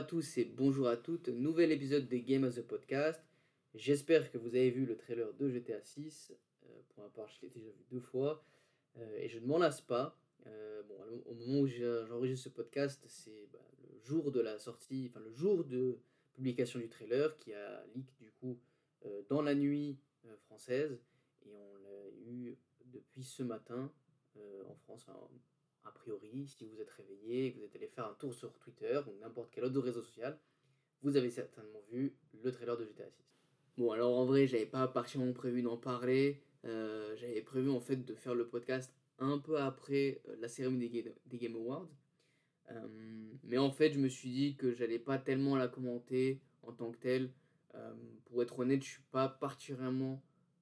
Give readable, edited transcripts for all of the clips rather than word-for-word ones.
tous et bonjour à toutes, nouvel épisode des Game as a Podcast. J'espère que vous avez vu le trailer de GTA 6. Pour ma part, je l'ai déjà vu 2 fois et je ne m'en lasse pas. Au moment où j'enregistre ce podcast, c'est le jour de la sortie, enfin le jour de publication du trailer qui a leak du coup dans la nuit française et on l'a eu depuis ce matin en France. Enfin, a priori, si vous êtes réveillé, que vous êtes allé faire un tour sur Twitter ou n'importe quel autre réseau social, vous avez certainement vu le trailer de GTA 6. Bon, alors en vrai, j'avais pas particulièrement prévu d'en parler. J'avais prévu en fait de faire le podcast un peu après la cérémonie des Game Awards. Mais en fait, je me suis dit que j'allais pas tellement la commenter en tant que telle. Pour être honnête, je suis pas particulièrement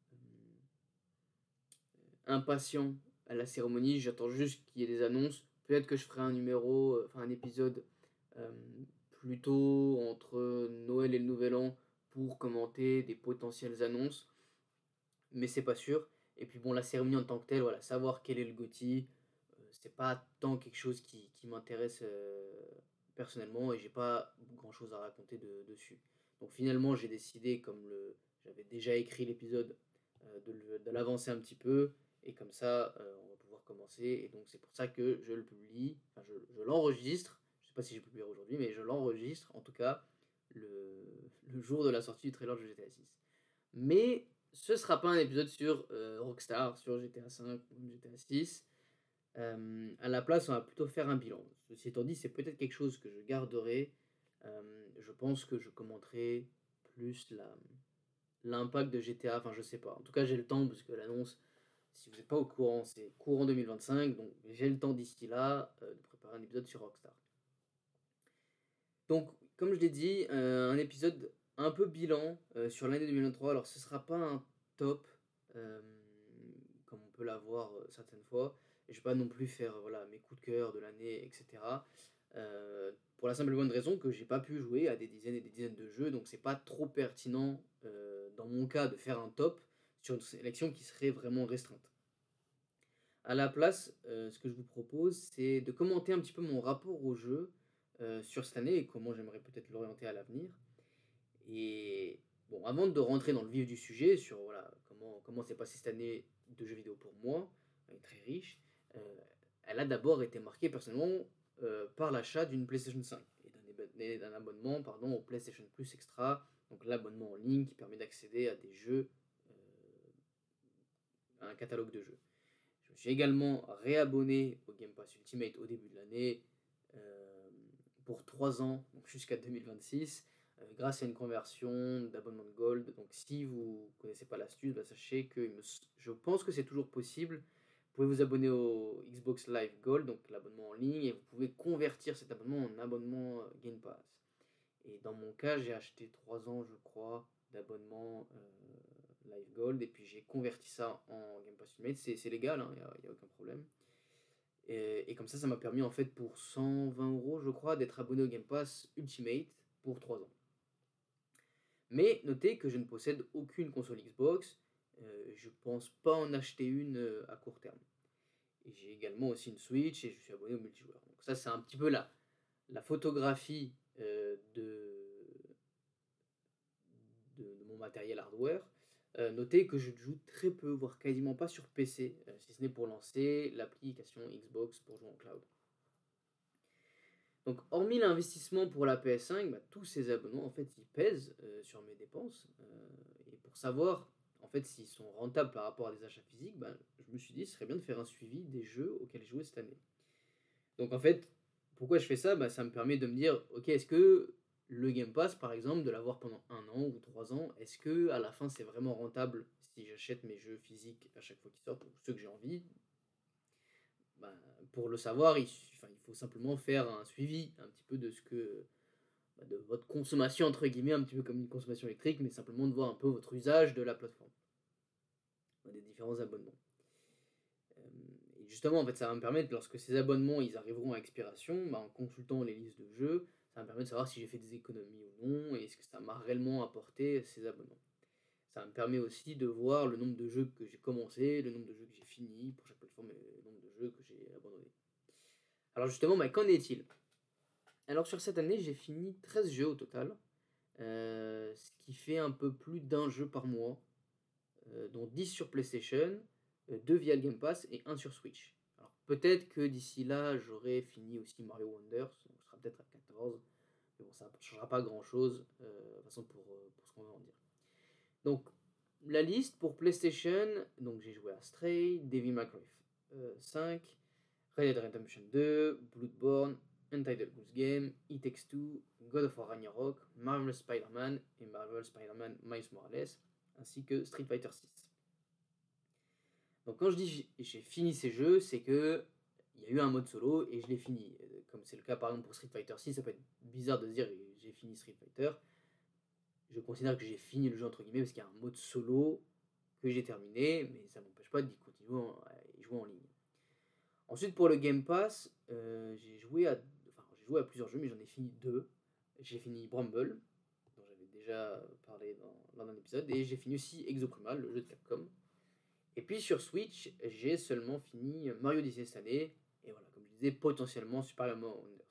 impatient à la cérémonie. J'attends juste qu'il y ait des annonces. Peut-être que je ferai un numéro, enfin un épisode euh, plutôt entre Noël et le Nouvel An pour commenter des potentielles annonces, mais c'est pas sûr. Et puis bon, la cérémonie en tant que telle, voilà, savoir quel est le GOTY, c'est pas tant quelque chose qui m'intéresse personnellement et j'ai pas grand chose à raconter dessus. Donc finalement, j'ai décidé, j'avais déjà écrit l'épisode, de l'avancer un petit peu et comme ça, on va pouvoir commencer. Et donc c'est pour ça que je le publie, enfin je l'enregistre. Je sais pas si je publierai aujourd'hui, mais je l'enregistre en tout cas le jour de la sortie du trailer de GTA 6. Mais ce sera pas un épisode sur Rockstar, sur GTA 5 ou GTA 6. À la place, on va plutôt faire un bilan. Ceci étant dit, c'est peut-être quelque chose que je garderai. Je pense que je commenterai plus l'impact de GTA. Enfin, je sais pas. En tout cas, j'ai le temps parce que l'annonce, si vous n'êtes pas au courant, c'est courant 2025. Donc, j'ai le temps d'ici là de préparer un épisode sur Rockstar. Donc, comme je l'ai dit, un épisode un peu bilan sur l'année 2023. Alors, ce sera pas un top, euh, comme on peut l'avoir certaines fois. Et je vais pas non plus faire voilà, mes coups de cœur de l'année, etc. Pour la simple et bonne raison que j'ai pas pu jouer à des dizaines et des dizaines de jeux, donc c'est pas trop pertinent dans mon cas de faire un top sur une sélection qui serait vraiment restreinte. À la place, ce que je vous propose, c'est de commenter un petit peu mon rapport au jeu sur cette année et comment j'aimerais peut-être l'orienter à l'avenir. Et bon, avant de rentrer dans le vif du sujet, sur voilà, comment s'est passée cette année de jeux vidéo pour moi, elle est très riche, elle a d'abord été marquée personnellement par l'achat d'une PlayStation 5 et d'un abonnement pardon, au PlayStation Plus Extra, donc l'abonnement en ligne qui permet d'accéder à des jeux, à un catalogue de jeux. Je me suis également réabonné au Game Pass Ultimate au début de l'année euh, pour 3 ans, donc jusqu'à 2026, grâce à une conversion d'abonnement de Gold. Donc si vous ne connaissez pas l'astuce, sachez que je pense que c'est toujours possible. Vous pouvez vous abonner au Xbox Live Gold, donc l'abonnement en ligne, et vous pouvez convertir cet abonnement en abonnement Game Pass. Et dans mon cas, j'ai acheté 3 ans, je crois, d'abonnement Live Gold, et puis j'ai converti ça en Game Pass Ultimate. C'est légal, il n'y a aucun problème. Et comme ça m'a permis en fait pour 120 € je crois d'être abonné au Game Pass Ultimate pour 3 ans. Mais notez que je ne possède aucune console Xbox, je pense pas en acheter une à court terme. Et j'ai également aussi une Switch et je suis abonné au multijoueur. Donc ça c'est un petit peu la photographie de mon matériel hardware. Notez que je joue très peu, voire quasiment pas sur PC, si ce n'est pour lancer l'application Xbox pour jouer en cloud. Donc, hormis l'investissement pour la PS5, tous ces abonnements, en fait, ils pèsent sur mes dépenses. Et pour savoir, en fait, s'ils sont rentables par rapport à des achats physiques, je me suis dit, ce serait bien de faire un suivi des jeux auxquels j'ai joué cette année. Donc, en fait, pourquoi je fais ça? Ça me permet de me dire, ok, est-ce que le Game Pass, par exemple, de l'avoir pendant 1 an ou 3 ans, est-ce que à la fin, c'est vraiment rentable si j'achète mes jeux physiques à chaque fois qu'ils sortent, ou ceux que j'ai envie? ben, pour le savoir, il faut simplement faire un suivi un petit peu de ce que de votre consommation entre guillemets, un petit peu comme une consommation électrique, mais simplement de voir un peu votre usage de la plateforme, des différents abonnements. Et justement, en fait, ça va me permettre, lorsque ces abonnements ils arriveront à expiration, en consultant les listes de jeux, ça va me permettre de savoir si j'ai fait des économies ou non, et est-ce que ça m'a réellement apporté ces abonnements. Ça me permet aussi de voir le nombre de jeux que j'ai commencé, le nombre de jeux que j'ai fini pour chaque plateforme et le nombre de jeux que j'ai abandonné. Alors justement, qu'en est-il? Alors sur cette année, j'ai fini 13 jeux au total, ce qui fait un peu plus d'un jeu par mois, dont 10 sur PlayStation, 2 via le Game Pass et un sur Switch. Alors peut-être que d'ici là, j'aurai fini aussi Mario Wonders, donc ce sera peut-être à 14, mais bon, ça ne changera pas grand-chose, de toute façon pour ce qu'on va en dire. Donc la liste pour PlayStation, donc j'ai joué à Stray, Devil May Cry 5, Red Dead Redemption 2, Bloodborne, Untitled Goose Game, It Takes Two, God of War Ragnarok, Marvel Spider-Man et Marvel Spider-Man Miles Morales, ainsi que Street Fighter 6. Donc quand je dis j'ai fini ces jeux, c'est que il y a eu un mode solo et je l'ai fini. Comme c'est le cas par exemple pour Street Fighter 6, ça peut être bizarre de se dire j'ai fini Street Fighter. Je considère que j'ai fini le jeu entre guillemets parce qu'il y a un mode solo que j'ai terminé, mais ça ne m'empêche pas d'y continuer à y jouer en ligne. Ensuite pour le Game Pass, j'ai joué à plusieurs jeux, mais j'en ai fini deux. J'ai fini Bramble, dont j'avais déjà parlé dans un épisode, et j'ai fini aussi Exoprimal, le jeu de Capcom. Et puis sur Switch, j'ai seulement fini Mario Odyssey cette année, et voilà, comme je disais, potentiellement Super Mario Wonders.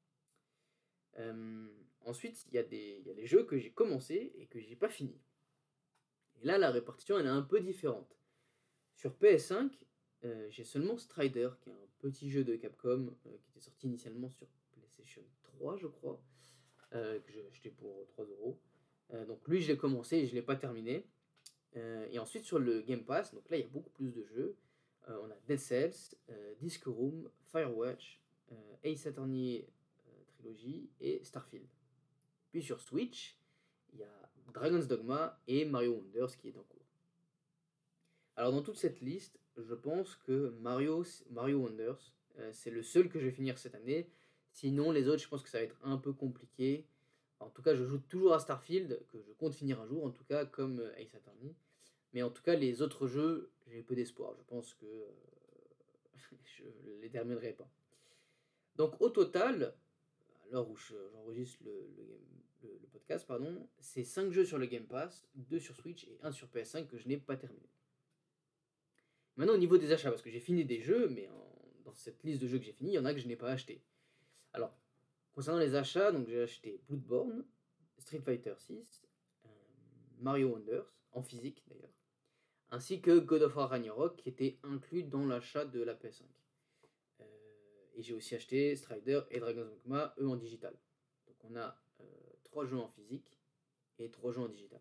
Ensuite, il y a les jeux que j'ai commencé et que j'ai pas fini. Et là, la répartition, elle est un peu différente. Sur PS5, j'ai seulement Strider, qui est un petit jeu de Capcom, qui était sorti initialement sur PlayStation 3, je crois, que j'ai acheté pour 3€. Donc lui, je l'ai commencé et je ne l'ai pas terminé. Et ensuite, sur le Game Pass, donc là, il y a beaucoup plus de jeux. On a Dead Cells, Disco Room, Firewatch, Ace Attorney Trilogy et Starfield. Puis sur Switch, il y a Dragon's Dogma et Mario Wonders qui est en cours. Alors dans toute cette liste, je pense que Mario Wonders, c'est le seul que je vais finir cette année. Sinon, les autres, je pense que ça va être un peu compliqué. En tout cas, je joue toujours à Starfield, que je compte finir un jour, en tout cas, comme Ace Attorney. Mais en tout cas, les autres jeux, j'ai peu d'espoir. Je pense que je les terminerai pas. Donc au total, à l'heure où j'enregistre le podcast, pardon, c'est 5 jeux sur le Game Pass, 2 sur Switch et 1 sur PS5 que je n'ai pas terminé. Maintenant au niveau des achats, parce que j'ai fini des jeux, mais dans cette liste de jeux que j'ai fini, il y en a que je n'ai pas acheté. Alors, concernant les achats, donc j'ai acheté Bloodborne, Street Fighter 6, Mario Wonders, en physique d'ailleurs, ainsi que God of War Ragnarok qui était inclus dans l'achat de la PS5. Et j'ai aussi acheté Strider et Dragon's Dogma, eux en digital. Donc on a 3 jeux en physique et 3 jeux en digital.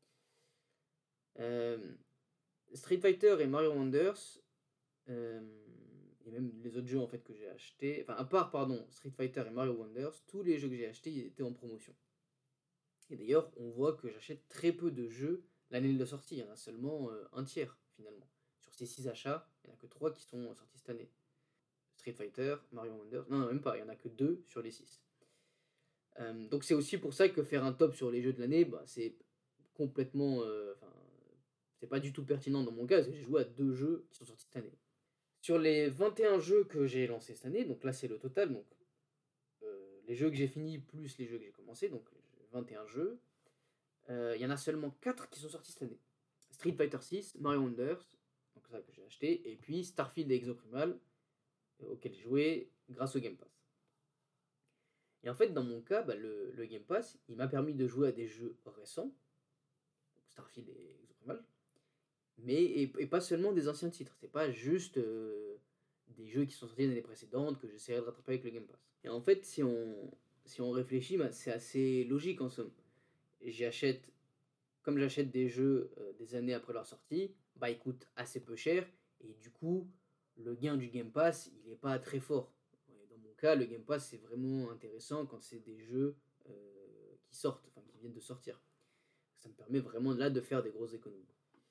Street Fighter et Mario Wonders, et même les autres jeux en fait que j'ai achetés, enfin à part Street Fighter et Mario Wonders, tous les jeux que j'ai achetés étaient en promotion. Et d'ailleurs, on voit que j'achète très peu de jeux l'année de sortie, il y en a seulement un tiers finalement. Sur ces 6 achats, il n'y en a que 3 qui sont sortis cette année. Street Fighter, Mario Wonders, non, même pas, il n'y en a que 2 sur les 6. Donc c'est aussi pour ça que faire un top sur les jeux de l'année, bah, c'est complètement... c'est pas du tout pertinent dans mon cas, parce que j'ai joué à 2 jeux qui sont sortis cette année. Sur les 21 jeux que j'ai lancés cette année, donc là c'est le total, donc les jeux que j'ai finis plus les jeux que j'ai commencé, donc 21 jeux, il y en a seulement 4 qui sont sortis cette année. Street Fighter 6, Mario Wonders, donc ça que j'ai acheté, et puis Starfield et Exoprimal, auquel j'ai joué grâce au Game Pass. Et en fait, dans mon cas, bah, le Game Pass, il m'a permis de jouer à des jeux récents, donc Starfield et Exoprimal, mais et pas seulement des anciens titres. C'est pas juste des jeux qui sont sortis les années précédentes que j'essaierai de rattraper avec le Game Pass. Et en fait, si on réfléchit, bah, c'est assez logique en somme. Comme j'achète des jeux des années après leur sortie, bah ils coûtent assez peu cher, et du coup, le gain du Game Pass, il n'est pas très fort. Ouais, dans mon cas, le Game Pass, c'est vraiment intéressant quand c'est des jeux qui sortent, enfin qui viennent de sortir. Ça me permet vraiment là de faire des grosses économies.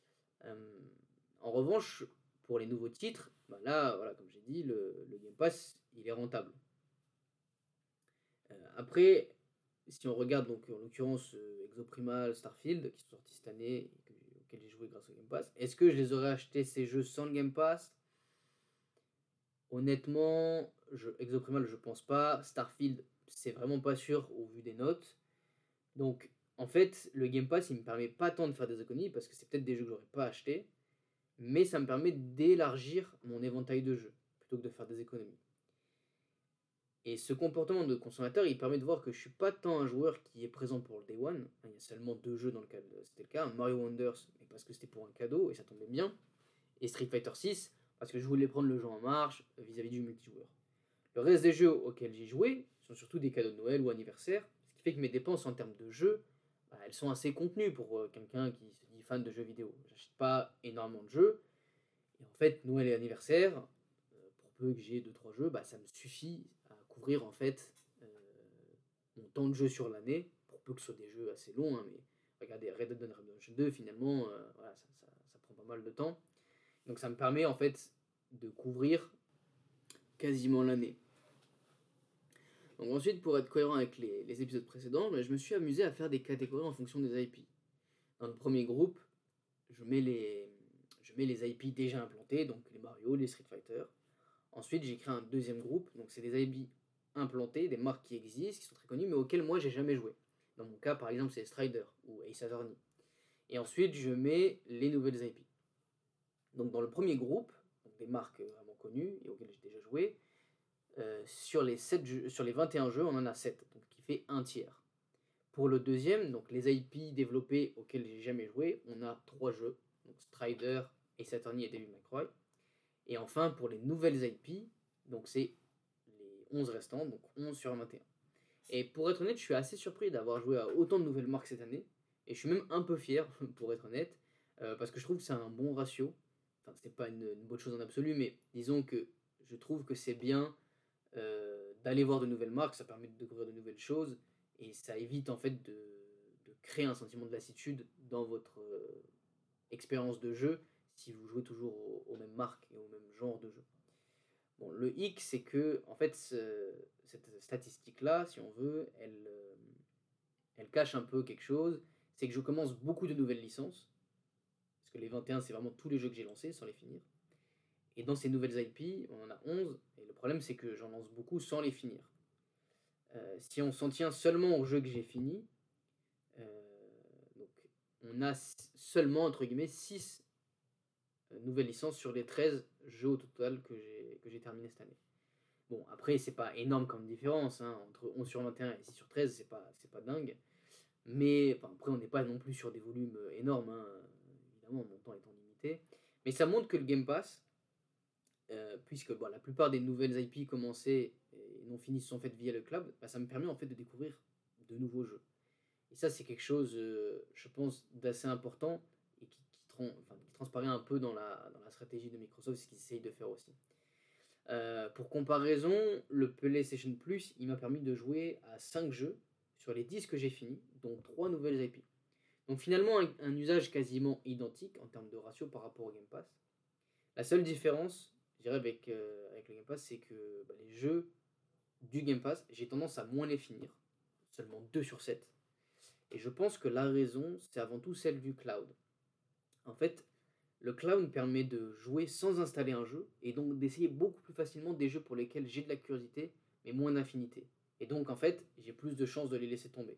En revanche, pour les nouveaux titres, bah là, voilà, comme j'ai dit, le Game Pass, il est rentable. Après, si on regarde donc en l'occurrence Exoprimal, Starfield, qui sont sortis cette année et auxquels j'ai joué grâce au Game Pass, est-ce que je les aurais achetés ces jeux sans le Game Pass? Honnêtement, Exoprimal, je pense pas. Starfield, c'est vraiment pas sûr au vu des notes. Donc, en fait, le Game Pass, il me permet pas tant de faire des économies parce que c'est peut-être des jeux que j'aurais pas achetés, mais ça me permet d'élargir mon éventail de jeux plutôt que de faire des économies. Et ce comportement de consommateur, il permet de voir que je suis pas tant un joueur qui est présent pour le day one. Il y a seulement 2 jeux dans lequel c'était le cas, Mario Wonders, mais parce que c'était pour un cadeau et ça tombait bien, et Street Fighter 6 parce que je voulais prendre le jeu en marche vis-à-vis du multijoueur. Le reste des jeux auxquels j'ai joué sont surtout des cadeaux de Noël ou anniversaire, ce qui fait que mes dépenses en termes de jeux, elles sont assez contenues pour quelqu'un qui se dit fan de jeux vidéo. J'achète pas énormément de jeux, et en fait, Noël et anniversaire, pour peu que j'ai 2-3 jeux, ça me suffit à couvrir en fait mon temps de jeu sur l'année, pour peu que ce soit des jeux assez longs, hein, mais regardez, Red Dead Redemption 2, finalement, voilà, ça prend pas mal de temps. Donc ça me permet en fait de couvrir quasiment l'année. Donc ensuite, pour être cohérent avec les épisodes précédents, je me suis amusé à faire des catégories en fonction des IP. Dans le premier groupe, je mets les IP déjà implantés, donc les Mario, les Street Fighter. Ensuite, j'ai créé un deuxième groupe, donc c'est des IP implantés, des marques qui existent, qui sont très connues, mais auxquelles moi j'ai jamais joué. Dans mon cas, par exemple, c'est Strider ou Ace Attorney. Et ensuite, je mets les nouvelles IP. Donc dans le premier groupe, donc des marques vraiment connues et auxquelles j'ai déjà joué, sur les 21 jeux, on en a 7, donc qui fait un tiers. Pour le deuxième, donc les IP développés auxquels j'ai jamais joué, on a 3 jeux, donc Strider, Ace Attorney et Devil May Cry. Et enfin, pour les nouvelles IP, donc c'est les 11 restants, donc 11 sur 21. Et pour être honnête, je suis assez surpris d'avoir joué à autant de nouvelles marques cette année, et je suis même un peu fier, pour être honnête, parce que je trouve que c'est un bon ratio. Enfin, c'est pas une bonne chose en absolu, mais disons que je trouve que c'est bien d'aller voir de nouvelles marques, ça permet de découvrir de nouvelles choses, et ça évite en fait de créer un sentiment de lassitude dans votre expérience de jeu si vous jouez toujours aux mêmes marques et au même genre de jeu. Bon, le hic, c'est que en fait, cette statistique-là, si on veut, elle cache un peu quelque chose, c'est que je commence beaucoup de nouvelles licences, parce que les 21, c'est vraiment tous les jeux que j'ai lancés sans les finir. Et dans ces nouvelles IP, on en a 11, et le problème c'est que j'en lance beaucoup sans les finir. Si on s'en tient seulement aux jeux que j'ai finis, donc on a seulement, entre guillemets, 6 nouvelles licences sur les 13 jeux au total que j'ai terminé cette année. Bon, après, c'est pas énorme comme différence, hein, entre 11 sur 21 et 6 sur 13, c'est pas dingue. Mais après, on n'est pas non plus sur des volumes énormes, hein, évidemment, mon temps étant limité. Mais ça montre que le Game Pass, puisque la plupart des nouvelles IP commencées et non finies sont faites via le cloud, ça me permet en fait de découvrir de nouveaux jeux. Et ça, c'est quelque chose, je pense, d'assez important et qui transparaît un peu dans la stratégie de Microsoft, ce qu'ils essayent de faire aussi. Pour comparaison, le PlayStation Plus, il m'a permis de jouer à 5 jeux sur les 10 que j'ai finis, dont 3 nouvelles IP. Donc finalement, un usage quasiment identique en termes de ratio par rapport au Game Pass. La seule différence, je dirais, avec le Game Pass, c'est que les jeux du Game Pass, j'ai tendance à moins les finir, seulement 2 sur 7. Et je pense que la raison, c'est avant tout celle du cloud. En fait, le cloud permet de jouer sans installer un jeu, et donc d'essayer beaucoup plus facilement des jeux pour lesquels j'ai de la curiosité, mais moins d'affinité. Et donc, en fait, j'ai plus de chances de les laisser tomber.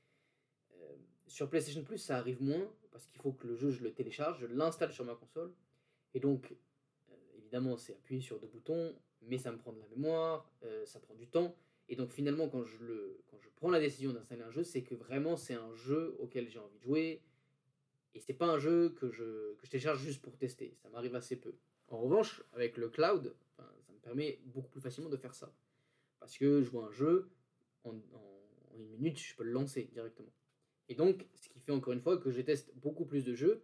Sur PlayStation Plus, ça arrive moins, parce qu'il faut que le jeu, je le télécharge, je l'installe sur ma console, et donc, évidemment, c'est appuyer sur 2 boutons, mais ça me prend de la mémoire, ça prend du temps, et donc finalement, quand je prends la décision d'installer un jeu, c'est que vraiment c'est un jeu auquel j'ai envie de jouer, et c'est pas un jeu que je télécharge juste pour tester, ça m'arrive assez peu. En revanche, avec le cloud, ça me permet beaucoup plus facilement de faire ça, parce que je vois un jeu, en une minute, je peux le lancer directement. Et donc, ce qui fait encore une fois que je teste beaucoup plus de jeux,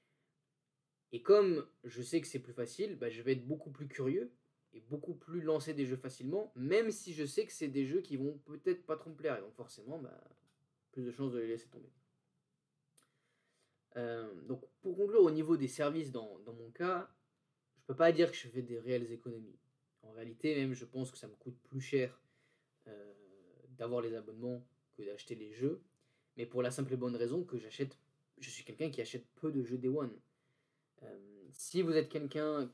et comme je sais que c'est plus facile, je vais être beaucoup plus curieux et beaucoup plus lancer des jeux facilement, même si je sais que c'est des jeux qui vont peut-être pas trop me plaire. Et donc forcément, plus de chances de les laisser tomber. Donc pour conclure, au niveau des services dans mon cas, je peux pas dire que je fais des réelles économies. En réalité, même, je pense que ça me coûte plus cher d'avoir les abonnements que d'acheter les jeux. Mais pour la simple et bonne raison que je suis quelqu'un qui achète peu de jeux Day One. Si vous êtes quelqu'un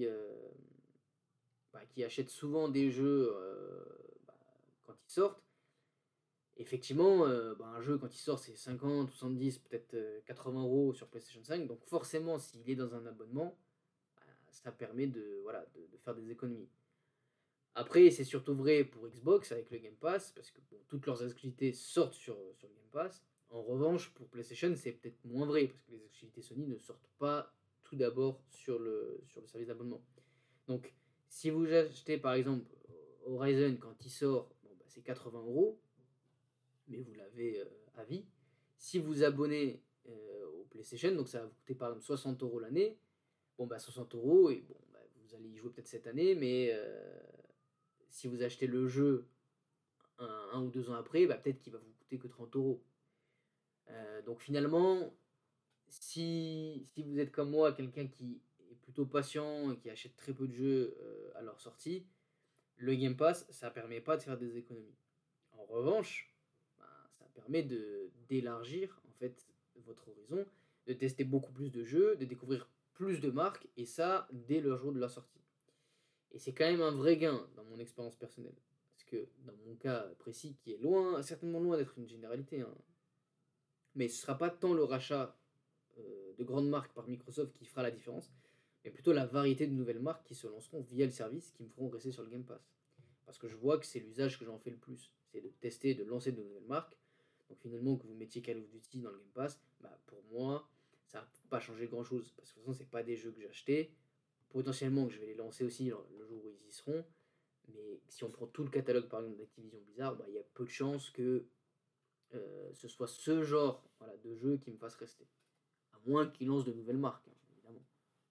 qui achète souvent des jeux quand ils sortent, effectivement, un jeu quand il sort c'est 50, 70, peut-être 80 € sur PlayStation 5, donc forcément s'il est dans un abonnement, ça permet de faire des économies. Après, c'est surtout vrai pour Xbox avec le Game Pass, parce que bon, toutes leurs exclusivités sortent sur le Game Pass. En revanche, pour PlayStation, c'est peut-être moins vrai, parce que les exclusivités Sony ne sortent pas tout d'abord sur le service d'abonnement. Donc, si vous achetez par exemple Horizon quand il sort, bon, bah, c'est 80 €, mais vous l'avez à vie. Si vous abonnez au PlayStation, donc ça va vous coûter par exemple 60 € l'année, bon bah 60 €, et bon, bah, vous allez y jouer peut-être cette année, mais si vous achetez le jeu un ou 2 ans après, bah, peut-être qu'il va vous coûter que 30 €. Donc finalement, si vous êtes comme moi, quelqu'un qui est plutôt patient et qui achète très peu de jeux à leur sortie, le Game Pass, ça permet pas de faire des économies. En revanche, ben, ça permet d'élargir en fait votre horizon, de tester beaucoup plus de jeux, de découvrir plus de marques, et ça dès le jour de la sortie. Et c'est quand même un vrai gain dans mon expérience personnelle. Parce que dans mon cas précis, qui est loin, certainement loin d'être une généralité, hein, mais ce ne sera pas tant le rachat de grandes marques par Microsoft qui fera la différence, mais plutôt la variété de nouvelles marques qui se lanceront via le service qui me feront rester sur le Game Pass. Parce que je vois que c'est l'usage que j'en fais le plus. C'est de tester, de lancer de nouvelles marques. Donc finalement, que vous mettiez Call of Duty dans le Game Pass, bah pour moi, ça n'a pas changé grand-chose. Parce que de toute façon, c'est pas des jeux que j'ai achetés. Potentiellement que je vais les lancer aussi le jour où ils y seront. Mais si on prend tout le catalogue par exemple d'Activision Blizzard, bah, il y a peu de chances que ce soit ce genre, voilà, de jeu qui me fasse rester. À moins qu'ils lancent de nouvelles marques, hein, évidemment.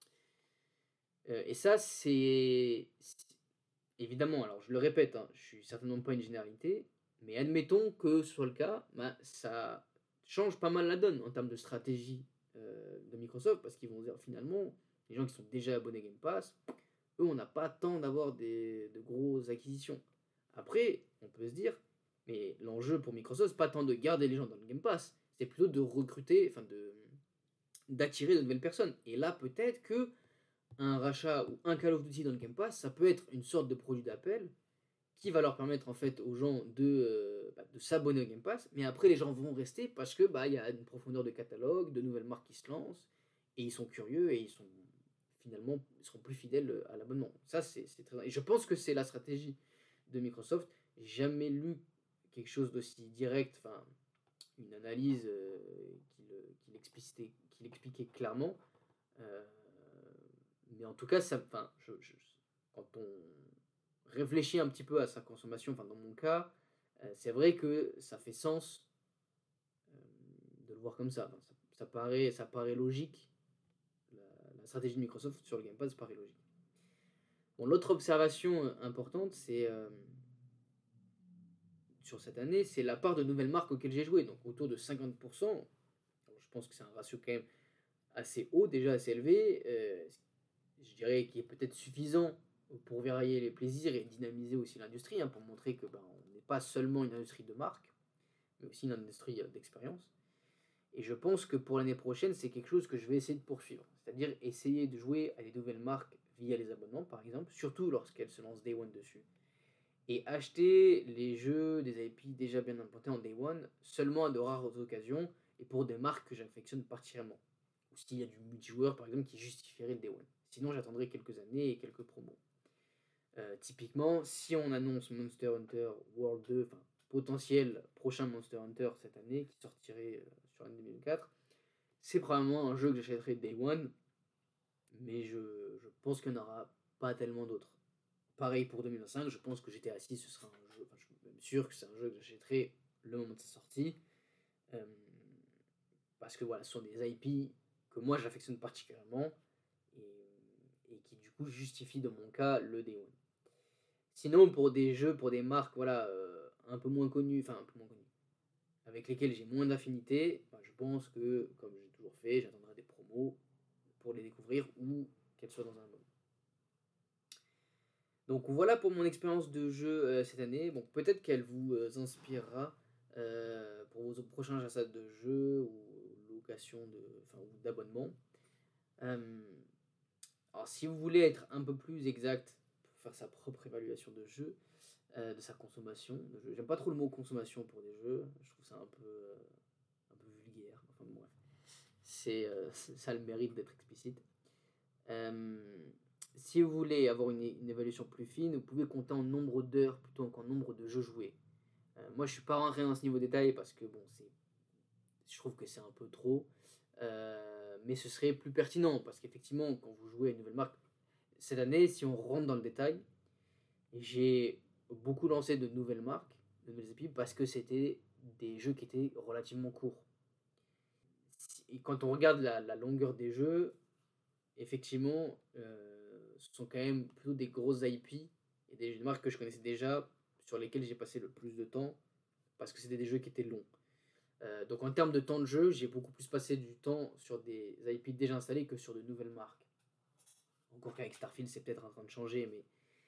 Et ça, évidemment, alors je le répète, hein, je suis certainement pas une généralité, mais admettons que ce soit le cas, bah, ça change pas mal la donne en termes de stratégie de Microsoft, parce qu'ils vont dire finalement, les gens qui sont déjà abonnés Game Pass, eux, on n'a pas tant d'avoir de grosses acquisitions. Après, on peut se dire, mais l'enjeu pour Microsoft, c'est pas tant de garder les gens dans le Game Pass, c'est plutôt de recruter, enfin d'attirer de nouvelles personnes. Et là, peut-être que un rachat ou un Call of Duty dans le Game Pass, ça peut être une sorte de produit d'appel qui va leur permettre en fait aux gens de s'abonner au Game Pass, mais après les gens vont rester parce que bah il y a une profondeur de catalogue, de nouvelles marques qui se lancent, et ils sont curieux et ils seront plus fidèles à l'abonnement. Ça c'est très, et je pense que c'est la stratégie de Microsoft. J'ai jamais lu quelque chose d'aussi direct, enfin une analyse qui l'expliquait clairement. Euh, mais en tout cas, ça, enfin, quand on réfléchit un petit peu à sa consommation, enfin dans mon cas, c'est vrai que ça fait sens euh, de le voir comme ça. Enfin, ça paraît logique. La, la stratégie de Microsoft sur le Game Pass paraît logique. Bon, l'autre observation importante, c'est sur cette année, c'est la part de nouvelles marques auxquelles j'ai joué, donc autour de 50%. Alors, je pense que c'est un ratio quand même assez haut, déjà assez élevé. Je dirais qu'il est peut-être suffisant pour varier les plaisirs et dynamiser aussi l'industrie, hein, pour montrer que ben, on n'est pas seulement une industrie de marque, mais aussi une industrie d'expérience. Et je pense que pour l'année prochaine, c'est quelque chose que je vais essayer de poursuivre. C'est-à-dire essayer de jouer à des nouvelles marques via les abonnements, par exemple, surtout lorsqu'elles se lancent Day One dessus. Et acheter les jeux des IP déjà bien implantés en Day One seulement à de rares occasions et pour des marques que j'affectionne particulièrement. Ou s'il y a du multijoueur, par exemple, qui justifierait le Day One. Sinon, j'attendrai quelques années et quelques promos. Typiquement, si on annonce Monster Hunter World 2, enfin potentiel prochain Monster Hunter cette année, qui sortirait sur l'année 2004, c'est probablement un jeu que j'achèterai Day One, mais je pense qu'il n'y en aura pas tellement d'autres. Pareil pour 2025, je pense que GTA 6, ce sera un jeu, enfin, je suis même sûr que c'est un jeu que j'achèterai le moment de sa sortie, euh, parce que voilà, ce sont des IP que moi j'affectionne particulièrement, et qui du coup justifient dans mon cas le Day One. Sinon, pour des jeux, pour des marques, voilà, un peu moins connues, enfin un peu moins connues, avec lesquelles j'ai moins d'affinité, bah, je pense que, comme j'ai toujours fait, j'attendrai des promos pour les découvrir ou qu'elles soient dans un album. Donc voilà pour mon expérience de jeu cette année. Bon, peut-être qu'elle vous inspirera pour vos prochains achats de jeux ou location ou d'abonnement. Euh, alors, si vous voulez être un peu plus exact pour faire sa propre évaluation de jeu, de sa consommation de jeux. J'aime pas trop le mot consommation pour des jeux, je trouve ça un peu vulgaire. Enfin bref, ça a le mérite d'être explicite. Euh, si vous voulez avoir une évaluation plus fine, vous pouvez compter en nombre d'heures plutôt qu'en nombre de jeux joués. Moi, je suis pas rentré dans ce niveau de détail parce que bon, je trouve que c'est un peu trop. Mais ce serait plus pertinent parce qu'effectivement, quand vous jouez à une nouvelle marque, cette année, si on rentre dans le détail, j'ai beaucoup lancé de nouvelles marques, de nouvelles équipes, parce que c'était des jeux qui étaient relativement courts. Et quand on regarde la longueur des jeux, effectivement, ce sont quand même plutôt des grosses IP et des marques que je connaissais déjà, sur lesquelles j'ai passé le plus de temps, parce que c'était des jeux qui étaient longs. Donc en termes de temps de jeu, j'ai beaucoup plus passé du temps sur des IP déjà installés que sur de nouvelles marques. Encore qu'avec Starfield, c'est peut-être en train de changer, mais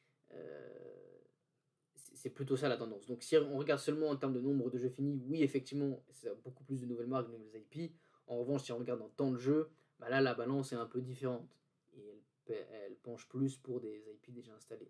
c'est plutôt ça la tendance. Donc si on regarde seulement en termes de nombre de jeux finis, oui, effectivement, c'est beaucoup plus de nouvelles marques, de nouvelles IP. En revanche, si on regarde en temps de jeu, bah là, la balance est un peu différente. Et elle penche plus pour des IP déjà installés.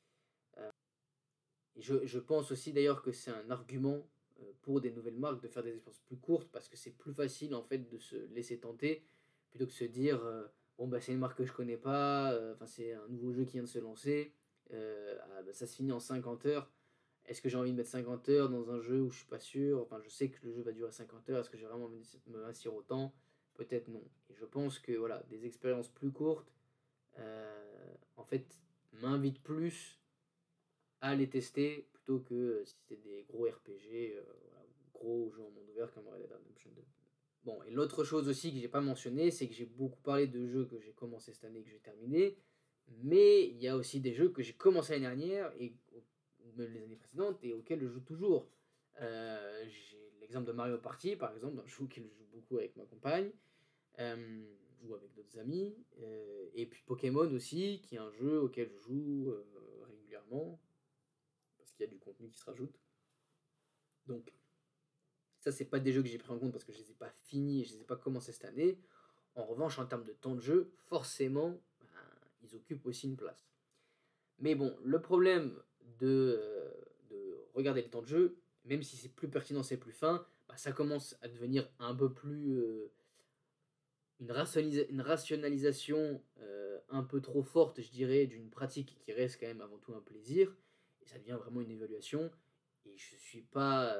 Et je pense aussi d'ailleurs que c'est un argument pour des nouvelles marques de faire des expériences plus courtes parce que c'est plus facile en fait de se laisser tenter plutôt que de se dire bon bah c'est une marque que je connais pas, enfin c'est un nouveau jeu qui vient de se lancer, ah, bah, ça se finit en 50 heures. Est-ce que j'ai envie de mettre 50 heures dans un jeu où je suis pas sûr? Enfin je sais que le jeu va durer 50 heures, est-ce que j'ai vraiment envie de m'investir autant? Peut-être non. Et je pense que voilà, des expériences plus courtes en fait m'invitent plus à les tester plutôt que si c'était des gros RPG, voilà, gros jeux en monde ouvert comme Red Dead Redemption 2. Bon, et l'autre chose aussi que j'ai pas mentionné, c'est que j'ai beaucoup parlé de jeux que j'ai commencé cette année et que j'ai terminé, mais il y a aussi des jeux que j'ai commencé l'année dernière et ou même les années précédentes et auxquels je joue toujours. J'ai l'exemple de Mario Party, par exemple, un jeu auquel je joue beaucoup avec ma compagne, ou avec d'autres amis, et puis Pokémon aussi, qui est un jeu auquel je joue régulièrement, parce qu'il y a du contenu qui se rajoute. Donc, ça, c'est pas des jeux que j'ai pris en compte parce que je les ai pas finis et je les ai pas commencés cette année. En revanche, en termes de temps de jeu, forcément, ben, ils occupent aussi une place. Mais bon, le problème de regarder le temps de jeu, même si c'est plus pertinent, c'est plus fin, bah, ça commence à devenir un peu plus une rationalisation un peu trop forte, je dirais, d'une pratique qui reste quand même avant tout un plaisir. Et ça devient vraiment une évaluation. Et je suis pas.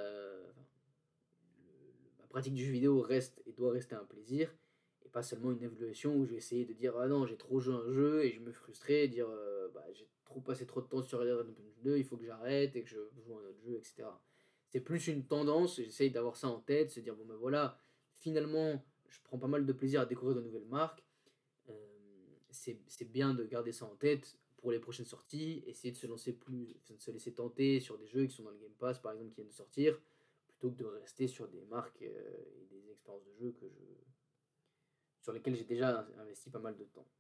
Ma pratique du jeu vidéo reste et doit rester un plaisir. Et pas seulement une évaluation où je vais essayer de dire ah non, j'ai trop joué à un jeu et je me frustrer, et dire bah, j'ai trop passé trop de temps sur Red Dead Redemption 2, il faut que j'arrête et que je joue à un autre jeu, etc. C'est plus une tendance, j'essaye d'avoir ça en tête, se dire bon ben voilà, finalement je prends pas mal de plaisir à découvrir de nouvelles marques. Euh, c'est bien de garder ça en tête pour les prochaines sorties, essayer de se lancer plus, de se laisser tenter sur des jeux qui sont dans le Game Pass par exemple qui viennent de sortir, plutôt que de rester sur des marques et des expériences de jeu sur lesquelles j'ai déjà investi pas mal de temps.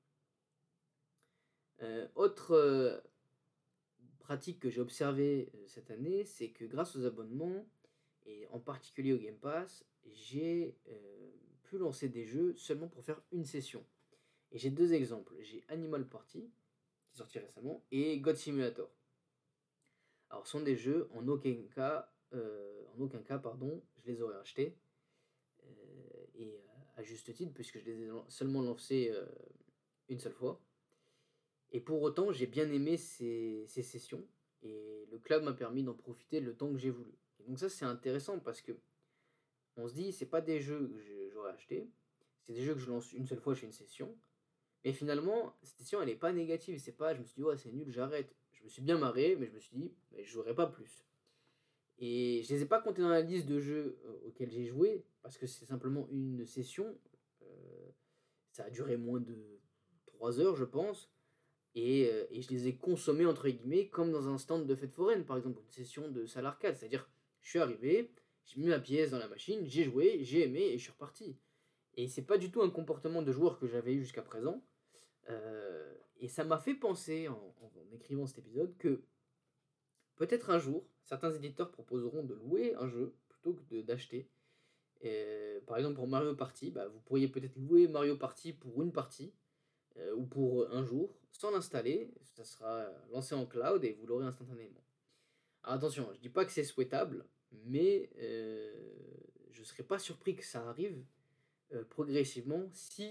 Autre pratique que j'ai observée cette année, c'est que grâce aux abonnements, et en particulier au Game Pass, j'ai pu lancer des jeux seulement pour faire une session. Et j'ai deux exemples. J'ai Animal Party, qui est sorti récemment, et God Simulator. Alors, ce sont des jeux, en aucun cas, pardon, je les aurais achetés. Et à juste titre, puisque je les ai seulement lancés une seule fois. Et pour autant, j'ai bien aimé ces sessions, et le club m'a permis d'en profiter le temps que j'ai voulu. Et donc ça, c'est intéressant parce que on se dit, c'est pas des jeux que j'aurais achetés, c'est des jeux que je lance une seule fois, je fais une session. Mais finalement, cette session, elle est pas négative. C'est pas, je me suis dit, ouais, c'est nul, j'arrête. Je me suis bien marré, mais je me suis dit, mais je jouerai pas plus. Et je les ai pas comptés dans la liste de jeux auxquels j'ai joué, parce que c'est simplement une session. Euh, Ça a duré moins de 3 heures, je pense. Et je les ai consommés, entre guillemets, comme dans un stand de fête foraine, par exemple, une session de salle arcade. C'est-à-dire, je suis arrivé, j'ai mis ma pièce dans la machine, j'ai joué, j'ai aimé et je suis reparti. Et c'est pas du tout un comportement de joueur que j'avais eu jusqu'à présent. Et ça m'a fait penser, en écrivant cet épisode, que peut-être un jour, certains éditeurs proposeront de louer un jeu plutôt que d'acheter. Par exemple, pour Mario Party, bah, vous pourriez peut-être louer Mario Party pour une partie ou pour un jour, sans l'installer. Ça sera lancé en cloud et vous l'aurez instantanément. Alors attention, je dis pas que c'est souhaitable, mais je serais pas surpris que ça arrive progressivement si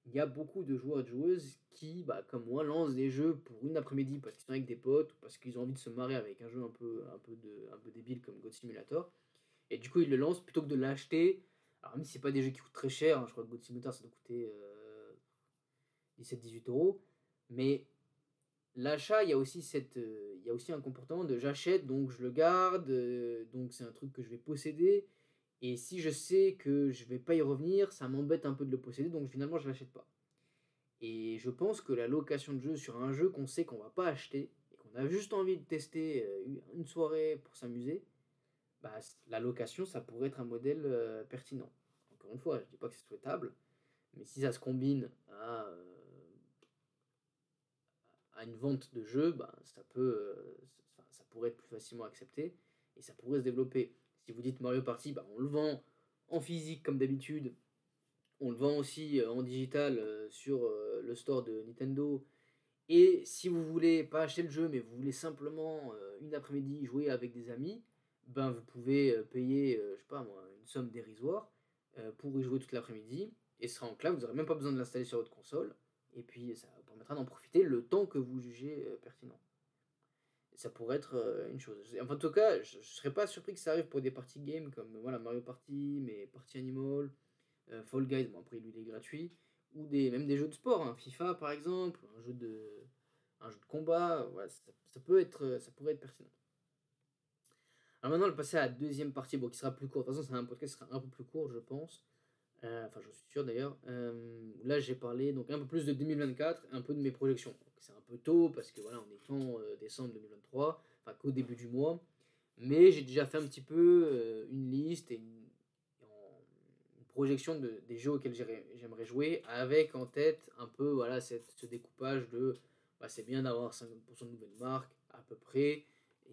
il y a beaucoup de joueurs et de joueuses qui, bah, comme moi, lancent des jeux pour une après-midi parce qu'ils sont avec des potes ou parce qu'ils ont envie de se marrer avec un jeu un peu débile comme God Simulator. Et du coup, ils le lancent plutôt que de l'acheter. Alors, même si c'est pas des jeux qui coûtent très cher, hein, je crois que God Simulator ça doit coûter 17-18 euros. Mais l'achat, il y a aussi un comportement de j'achète, donc je le garde, donc c'est un truc que je vais posséder. Et si je sais que je vais pas y revenir, ça m'embête un peu de le posséder, donc finalement je l'achète pas. Et je pense que la location de jeu sur un jeu qu'on sait qu'on va pas acheter et qu'on a juste envie de tester une soirée pour s'amuser, bah, la location ça pourrait être un modèle pertinent. Encore une fois, je dis pas que c'est souhaitable, mais si ça se combine à une vente de jeu, bah, ça pourrait être plus facilement accepté et ça pourrait se développer. Si vous dites Mario Party, bah, on le vend en physique comme d'habitude, on le vend aussi en digital sur le store de Nintendo. Et si vous voulez pas acheter le jeu, mais vous voulez simplement une après-midi jouer avec des amis, ben vous pouvez payer, je sais pas moi, une somme dérisoire pour y jouer toute l'après-midi. Et ce sera en cloud, vous n'aurez même pas besoin de l'installer sur votre console. Et puis ça vous permettra d'en profiter le temps que vous jugez pertinent. Et ça pourrait être une chose. Enfin, en tout cas, je ne serais pas surpris que ça arrive pour des parties games comme voilà, Mario Party, mais Party Animal, Fall Guys, bon après lui il est gratuit, ou même des jeux de sport, hein, FIFA par exemple, un jeu de combat, voilà, ça pourrait être pertinent. Alors maintenant, on va passer à la deuxième partie, bon, qui sera plus courte. De toute façon, c'est un podcast qui sera un peu plus court, je pense. Enfin, j'en suis sûr d'ailleurs. Là, j'ai parlé donc un peu plus de 2024, un peu de mes projections. C'est un peu tôt parce que voilà, on est en décembre 2023, enfin qu'au début du mois. Mais j'ai déjà fait un petit peu une liste et une projection des jeux auxquels j'aimerais jouer, avec en tête un peu voilà, ce découpage de bah, c'est bien d'avoir 50% de nouvelles marques à peu près,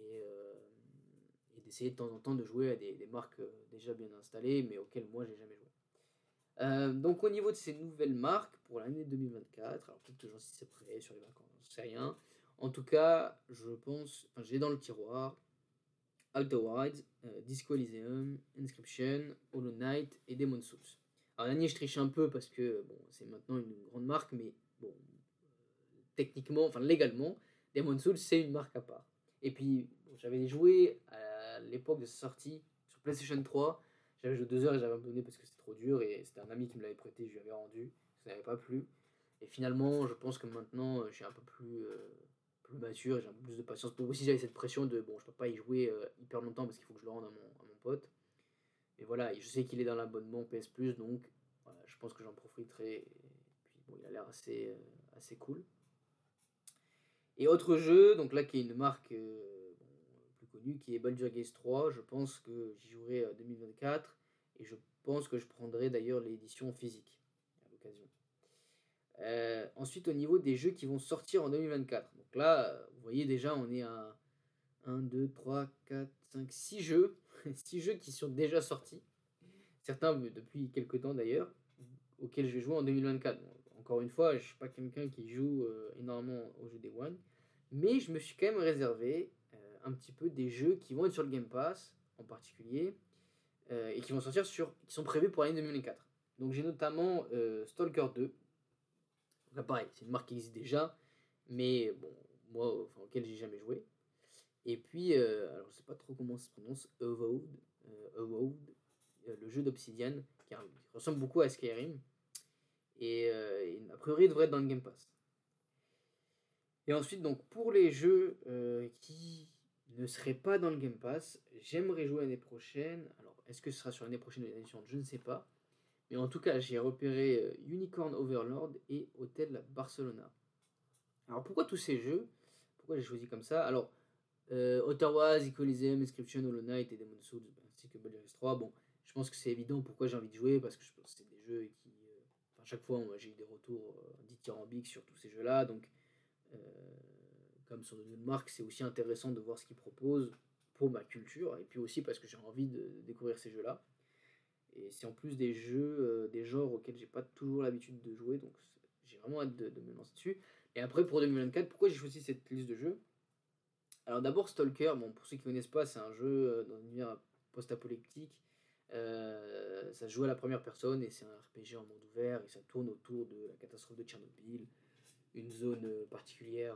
et d'essayer de temps en temps de jouer à des marques déjà bien installées, mais auxquelles moi j'ai jamais joué. Donc au niveau de ces nouvelles marques pour l'année 2024, alors peut-être que j'en suis prêt sur les vacances, je sais rien. En tout cas, je pense, enfin j'ai dans le tiroir Outer Wilds, Disco Elysium, Inscription, Hollow Knight et Demon's Souls. Alors l'année je triche un peu parce que bon, c'est maintenant une grande marque, mais bon, techniquement, enfin légalement, Demon's Souls c'est une marque à part. Et puis bon, j'avais joué à l'époque de sa sortie sur PlayStation 3. J'avais joué 2 heures et j'avais abandonné parce que c'était trop dur et c'était un ami qui me l'avait prêté, je lui avais rendu, ça n'avait pas plu. Et finalement, je pense que maintenant, je suis un peu plus mature et j'ai un peu plus de patience. Pour aussi, j'avais cette pression de bon, je peux pas y jouer hyper longtemps parce qu'il faut que je le rende à mon pote. Mais voilà, et je sais qu'il est dans l'abonnement PS Plus, donc voilà, je pense que j'en profiterai. Et puis bon, il a l'air assez cool. Et autre jeu, donc là qui est une marque bon, plus connue, qui est Baldur's Gate 3, je pense que j'y jouerai 2024 et je pense que je prendrai d'ailleurs l'édition physique à l'occasion. Ensuite, au niveau des jeux qui vont sortir en 2024, donc là, vous voyez déjà, on est à 1, 2, 3, 4, 5, 6 jeux, 6 jeux qui sont déjà sortis, certains depuis quelques temps d'ailleurs, auxquels je vais jouer en 2024. Bon, encore une fois, je ne suis pas quelqu'un qui joue énormément aux jeux Day One, mais je me suis quand même réservé un petit peu des jeux qui vont être sur le Game Pass en particulier, et qui vont sortir qui sont prévus pour l'année 2024. Donc j'ai notamment Stalker 2. Donc là pareil, c'est une marque qui existe déjà, mais bon, moi, enfin, auquel j'ai jamais joué. Et puis, alors je sais pas trop comment ça se prononce, le jeu d'Obsidian, qui ressemble beaucoup à Skyrim, et a priori il devrait être dans le Game Pass. Et ensuite, donc pour les jeux qui ne seraient pas dans le Game Pass, j'aimerais jouer l'année prochaine. Alors, est-ce que ce sera sur l'année prochaine ou l'année suivante, je ne sais pas. Mais en tout cas, j'ai repéré Unicorn Overlord et Hotel Barcelona. Alors, pourquoi tous ces jeux? Pourquoi j'ai choisi comme ça? Alors, Ottawa, Elysium, Inscription, Hollow Knight et Demon's Souls, ainsi que Baldur's 3. Bon, je pense que c'est évident pourquoi j'ai envie de jouer, parce que je pense que c'est des jeux qui... enfin, chaque fois, moi, j'ai eu des retours dithyrambiques sur tous ces jeux-là, donc comme sur de marque, c'est aussi intéressant de voir ce qu'ils proposent pour ma culture, et puis aussi parce que j'ai envie de découvrir ces jeux-là. Et c'est en plus des jeux, des genres auxquels j'ai pas toujours l'habitude de jouer, donc j'ai vraiment hâte de me lancer dessus. Et après, pour 2024, pourquoi j'ai choisi cette liste de jeux? Alors d'abord Stalker, bon, pour ceux qui ne connaissent pas, c'est un jeu dans un univers post-apocalyptique Ça se joue à la première personne et c'est un RPG en monde ouvert et ça tourne autour de la catastrophe de Tchernobyl, une zone particulière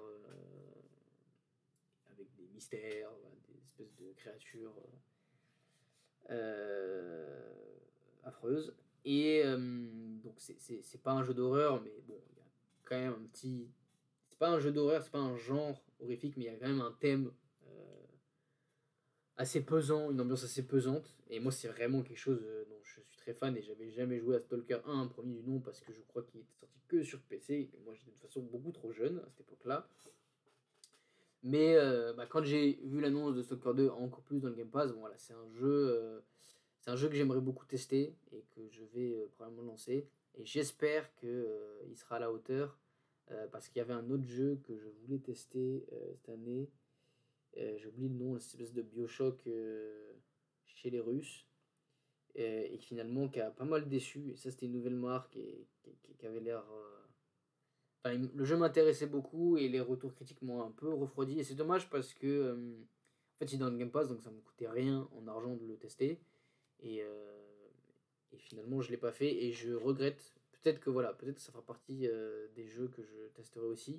avec des mystères, voilà, des espèces de créatures affreuses. Et donc c'est pas un jeu d'horreur, mais bon, il y a quand même un petit... C'est pas un jeu d'horreur, c'est pas un genre horrifique, mais il y a quand même un thème assez pesant, une ambiance assez pesante. Et moi, c'est vraiment quelque chose dont je suis très fan et j'avais jamais joué à Stalker 1, premier du nom, parce que je crois qu'il était sorti que sur PC. Et moi, j'étais de toute façon beaucoup trop jeune à cette époque-là. Mais quand j'ai vu l'annonce de Stalker 2 encore plus dans le Game Pass, bon, voilà, c'est un jeu que j'aimerais beaucoup tester et que je vais probablement lancer. Et j'espère qu'il sera à la hauteur parce qu'il y avait un autre jeu que je voulais tester cette année. J'ai oublié le nom, cette espèce de Bioshock chez les Russes. Et finalement qui a pas mal déçu. Et ça, c'était une nouvelle marque et qui avait l'air. Enfin, le jeu m'intéressait beaucoup et les retours critiques m'ont un peu refroidi. Et c'est dommage parce que. En fait, il est dans le Game Pass donc ça me coûtait rien en argent de le tester. Et, finalement, je ne l'ai pas fait et je regrette. Peut-être que voilà, peut-être que ça fera partie des jeux que je testerai aussi.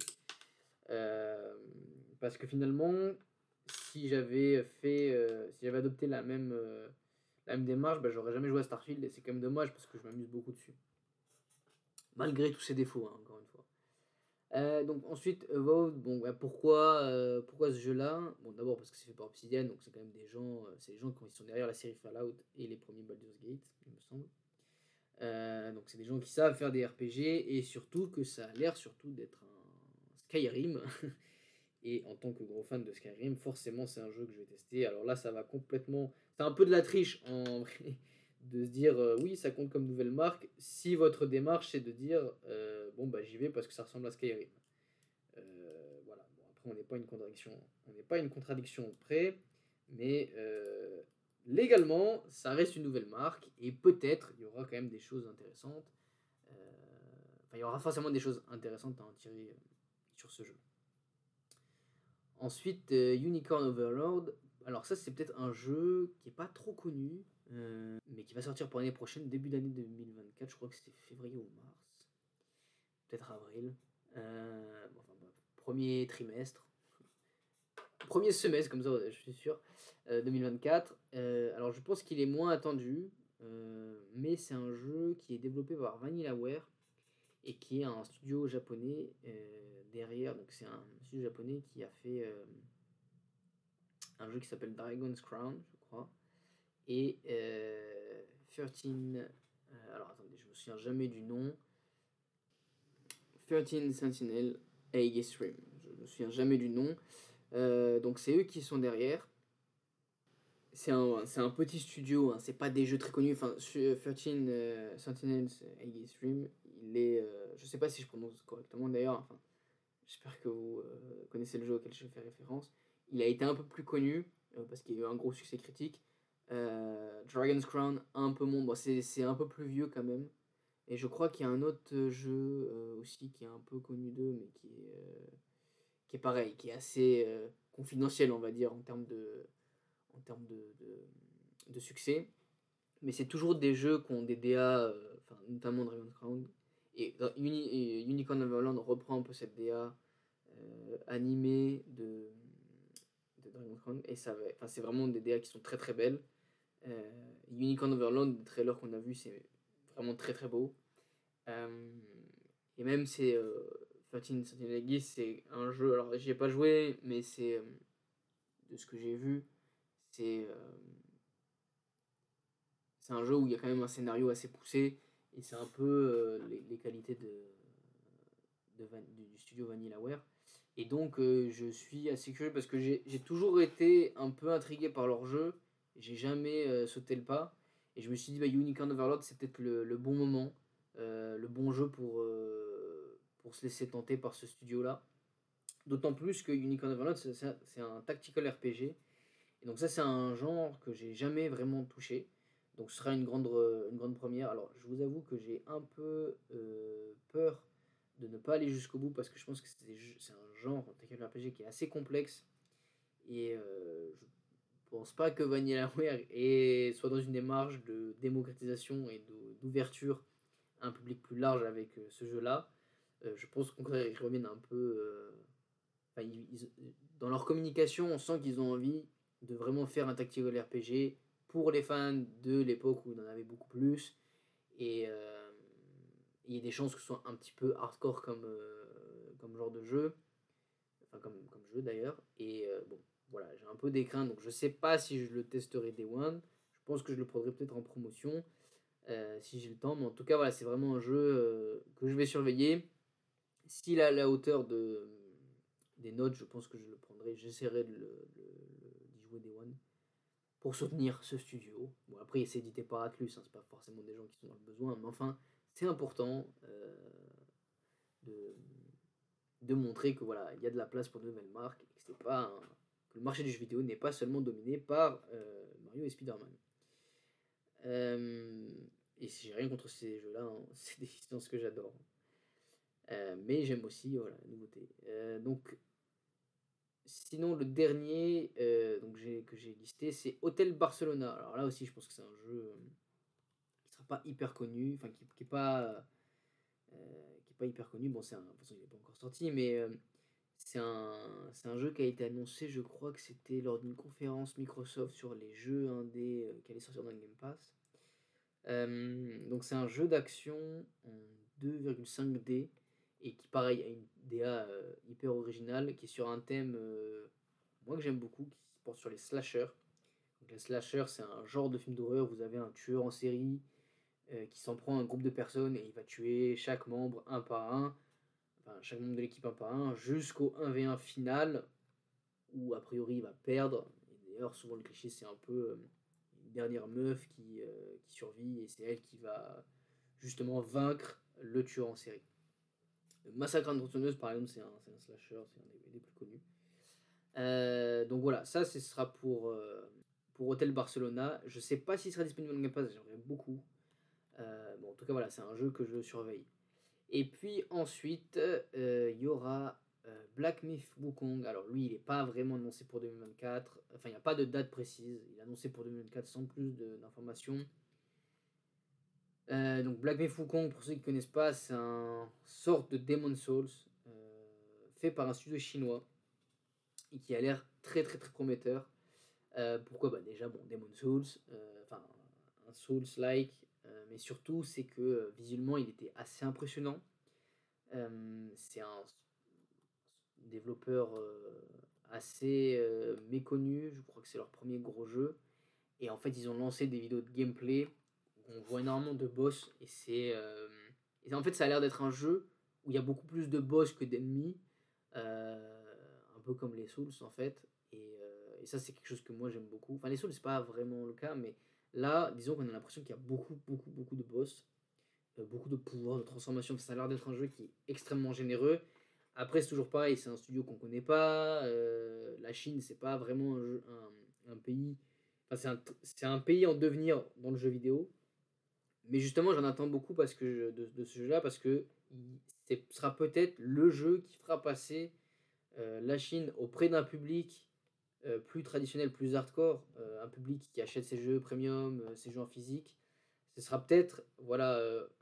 Parce que finalement, si j'avais si j'avais adopté la même démarche, bah, j'aurais jamais joué à Starfield et c'est quand même dommage parce que je m'amuse beaucoup dessus. Malgré tous ses défauts, hein, encore une fois. Donc ensuite, Evolve, bon, bah, pourquoi ce jeu-là? Bon, d'abord parce que c'est fait par Obsidian, donc c'est quand même des gens, c'est les gens qui sont derrière la série Fallout et les premiers Baldur's Gate, il me semble. Donc c'est des gens qui savent faire des RPG et surtout que ça a l'air surtout d'être un Skyrim. Et en tant que gros fan de Skyrim, forcément c'est un jeu que je vais tester. Alors là, ça va complètement... C'est un peu de la triche en vrai, de se dire oui, ça compte comme nouvelle marque, si votre démarche c'est de dire bon bah j'y vais parce que ça ressemble à Skyrim. Voilà, bon, après on n'est pas une contradiction près, mais légalement ça reste une nouvelle marque et peut-être il y aura quand même des choses intéressantes. Enfin, il y aura forcément des choses intéressantes à en tirer sur ce jeu. Ensuite, Unicorn Overlord. Alors ça, c'est peut-être un jeu qui est pas trop connu, mais qui va sortir pour l'année prochaine, début d'année 2024. Je crois que c'était février ou mars, peut-être avril. Enfin, bref, premier trimestre, premier semestre, comme ça, je suis sûr, 2024. Alors je pense qu'il est moins attendu, mais c'est un jeu qui est développé par Vanillaware et qui est un studio japonais derrière. Donc c'est un studio japonais qui a fait un jeu qui s'appelle Dragon's Crown, je crois, et 13. Alors attendez, je me souviens jamais du nom. 13 Sentinel Aegis Stream. Je me souviens jamais du nom. Donc c'est eux qui sont derrière. C'est un petit studio, hein, c'est pas des jeux très connus. Enfin, 13 Sentinels Aegis Stream, il est. Je sais pas si je prononce correctement d'ailleurs. Enfin, j'espère que vous connaissez le jeu auquel je fais référence. Il a été un peu plus connu parce qu'il y a eu un gros succès critique. Dragon's Crown, un peu moins. Bon, c'est un peu plus vieux quand même. Et je crois qu'il y a un autre jeu aussi qui est un peu connu d'eux, mais qui est pareil, qui est assez confidentiel, on va dire, en termes de succès. Mais c'est toujours des jeux qui ont des DA, notamment Dragon's Crown. Et Unicorn Overland reprend un peu cette DA animée de Dragon's Crown. Et c'est vraiment des DA qui sont très très belles. Unicorn Overland, le trailer qu'on a vu, c'est vraiment très très beau. Et même c'est 13 Sentinel Aegis, c'est un jeu, alors j'y ai pas joué, mais c'est de ce que j'ai vu, c'est c'est un jeu où il y a quand même un scénario assez poussé et c'est un peu les qualités du studio Vanillaware. Et donc je suis assez curieux parce que j'ai toujours été un peu intrigué par leur jeu, j'ai jamais sauté le pas et je me suis dit Unicorn Overlord c'est peut-être le bon moment, le bon jeu pour se laisser tenter par ce studio là. D'autant plus que Unicorn Overlord c'est un tactical RPG et donc ça c'est un genre que j'ai jamais vraiment touché. Donc ce sera une grande première. Alors je vous avoue que j'ai un peu peur de ne pas aller jusqu'au bout parce que je pense que c'est un genre tactical RPG qui est assez complexe et pense pas que VanillaWare soit dans une démarche de démocratisation et d'ouverture à un public plus large avec ce jeu-là. Je pense qu'au contraire, ils reviennent un peu. Enfin, dans leur communication, on sent qu'ils ont envie de vraiment faire un tactical RPG pour les fans de l'époque où on en avait beaucoup plus. Et il y a des chances que ce soit un petit peu hardcore comme genre de jeu. Enfin, comme jeu d'ailleurs. Et bon, voilà, j'ai un peu des craintes, donc je sais pas si je le testerai Day One. Je pense que je le prendrai peut-être en promotion si j'ai le temps. Mais en tout cas, voilà, c'est vraiment un jeu que je vais surveiller. S'il a la hauteur des notes, je pense que je le prendrai. J'essaierai d'y jouer Day One pour soutenir ce studio. Bon, après, c'est édité par Atlus, hein, c'est pas forcément des gens qui sont dans le besoin, mais enfin, c'est important de, de montrer que voilà, il y a de la place pour de nouvelles marques et que c'est pas que le marché du jeu vidéo n'est pas seulement dominé par Mario et Spider-Man. Et si j'ai rien contre ces jeux-là, hein, c'est des licences que j'adore. Mais j'aime aussi voilà, la nouveauté. Donc, sinon, le dernier que j'ai listé, c'est Hotel Barcelona. Alors là aussi, je pense que c'est un jeu qui sera pas hyper connu, enfin qui est pas hyper connu. Bon, de toute façon, il n'est pas encore sorti, mais c'est un jeu qui a été annoncé, je crois que c'était lors d'une conférence Microsoft sur les jeux indés qui allaient sortir dans le Game Pass. Donc c'est un jeu d'action en 2,5D et qui pareil a une DA hyper originale qui est sur un thème moi que j'aime beaucoup qui se porte sur les slashers. Donc les slashers c'est un genre de film d'horreur, vous avez un tueur en série qui s'en prend à un groupe de personnes et il va tuer chaque membre un par un, enfin chaque membre de l'équipe un par un jusqu'au 1v1 final où a priori il va perdre. Et d'ailleurs souvent le cliché c'est un peu une dernière meuf qui survit et c'est elle qui va justement vaincre le tueur en série. Massacre à la tronçonneuse par exemple c'est un slasher, c'est un des plus connus. Donc voilà, ça ce sera pour Hotel Barcelona. Je sais pas s'il sera disponible en Game Pass, j'aimerais beaucoup. Bon, en tout cas voilà, c'est un jeu que je surveille. Et puis ensuite, il y aura Black Myth Wukong. Alors lui, il n'est pas vraiment annoncé pour 2024. Enfin, il n'y a pas de date précise. Il est annoncé pour 2024 sans plus d'informations. Donc Black Myth Wukong, pour ceux qui ne connaissent pas, c'est un sorte de Demon's Souls fait par un studio chinois et qui a l'air très très très prometteur. Pourquoi bah déjà, bon, Demon's Souls, enfin un Souls-like, mais surtout c'est que visuellement il était assez impressionnant. C'est un développeur assez méconnu, je crois que c'est leur premier gros jeu. Et en fait, ils ont lancé des vidéos de gameplay où on voit énormément de boss. Et en fait, ça a l'air d'être un jeu où il y a beaucoup plus de boss que d'ennemis, un peu comme les Souls en fait. Et ça, c'est quelque chose que moi j'aime beaucoup. Enfin, les Souls, c'est pas vraiment le cas, mais là, disons qu'on a l'impression qu'il y a beaucoup, beaucoup, beaucoup de boss, beaucoup de pouvoirs, de transformation. Ça a l'air d'être un jeu qui est extrêmement généreux. Après, c'est toujours pareil, c'est un studio qu'on connaît pas. La Chine, c'est pas vraiment un pays. Enfin, c'est un pays en devenir dans le jeu vidéo. Mais justement, j'en attends beaucoup de ce jeu-là parce que ce sera peut-être le jeu qui fera passer la Chine auprès d'un public plus traditionnel, plus hardcore, un public qui achète ses jeux premium, ses jeux en physique. Ce sera peut-être voilà,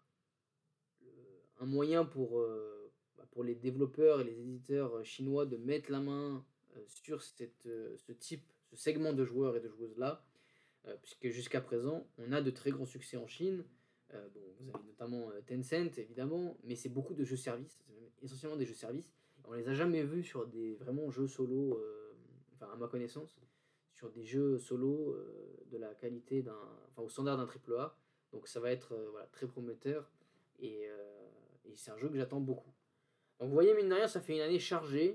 un moyen pour les développeurs et les éditeurs chinois de mettre la main sur ce segment de joueurs et de joueuses-là, puisque jusqu'à présent, on a de très grands succès en Chine. Bon, vous avez notamment Tencent, évidemment, mais c'est beaucoup de jeux services, c'est même essentiellement des jeux services. On les a jamais vus sur des vraiment jeux solo, enfin à ma connaissance, sur des jeux solo de la qualité enfin au standard d'un triple A. Donc ça va être voilà, très prometteur et c'est un jeu que j'attends beaucoup. Donc vous voyez, mine de rien, ça fait une année chargée.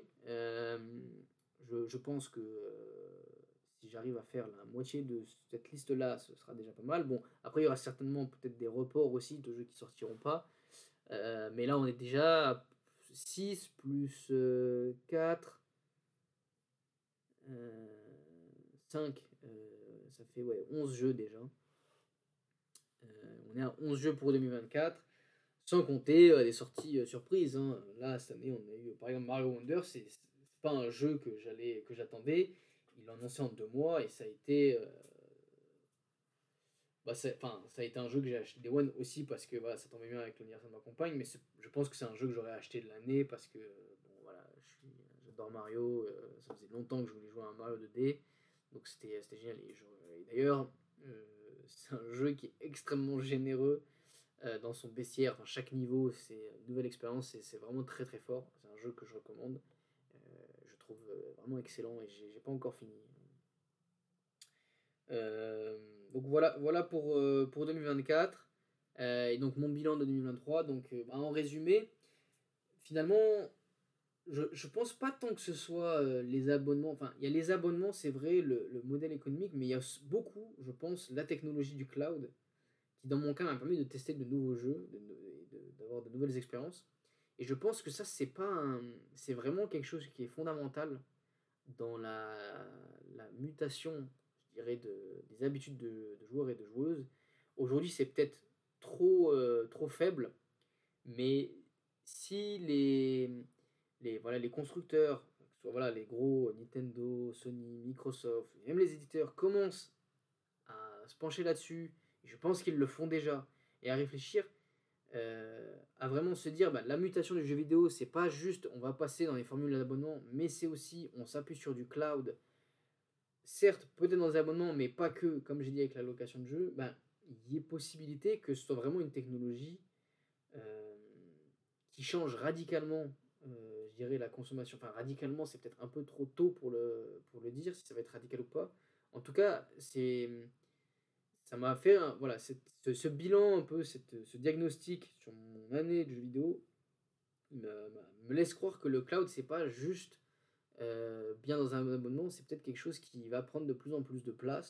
Je pense que si j'arrive à faire la moitié de cette liste-là, ce sera déjà pas mal. Bon, après, il y aura certainement peut-être des reports aussi de jeux qui sortiront pas. Mais là, on est déjà à 6 plus 4, 5, ça fait ouais, 11 jeux déjà. On est à 11 jeux pour 2024. Sans compter des sorties surprises. Là, cette année, on a eu par exemple Mario Wonder. C'est pas un jeu que j'attendais. ils l'ont annoncé en 2 mois et ça a été, ça a été un jeu que j'ai acheté Day One aussi parce que voilà, ça tombait bien avec l'anniversaire de ma compagne, mais je pense que c'est un jeu que j'aurais acheté de l'année parce que bon voilà, j'adore Mario, ça faisait longtemps que je voulais jouer à un Mario 2D, donc c'était génial. Et d'ailleurs, c'est un jeu qui est extrêmement généreux dans son bestiaire. Enfin, chaque niveau, c'est une nouvelle expérience, et c'est vraiment très très fort. C'est un jeu que je recommande. Euh, je trouve vraiment excellent et j'ai pas encore fini. Euh, donc voilà pour 2024. Et donc mon bilan de 2023. Donc en résumé, finalement, je pense pas tant que ce soit les abonnements. Enfin, il y a les abonnements, c'est vrai, le modèle économique, mais il y a beaucoup, je pense, la technologie du cloud qui, dans mon cas, m'a permis de tester de nouveaux jeux, d'avoir de nouvelles expériences. Et je pense que ça, c'est vraiment quelque chose qui est fondamental dans la mutation, je dirais, des habitudes de joueurs et de joueuses. Aujourd'hui, c'est peut-être trop faible, mais si voilà, les constructeurs, que ce soit voilà, les gros Nintendo, Sony, Microsoft, même les éditeurs commencent à se pencher là-dessus, et je pense qu'ils le font déjà, et à réfléchir, à vraiment se dire bah, la mutation du jeu vidéo, c'est pas juste on va passer dans les formules d'abonnement, mais c'est aussi on s'appuie sur du cloud, certes peut-être dans les abonnements, mais pas que, comme j'ai dit avec la location de jeu, ben, il y ait possibilité que ce soit vraiment une technologie euh, qui change radicalement, je dirais, la consommation. Enfin, radicalement, c'est peut-être un peu trop tôt pour le dire, si ça va être radical ou pas. En tout cas, ça m'a fait voilà, ce bilan, un peu, ce diagnostic sur mon année de jeux vidéo me laisse croire que le cloud, c'est pas juste bien dans un abonnement, c'est peut-être quelque chose qui va prendre de plus en plus de place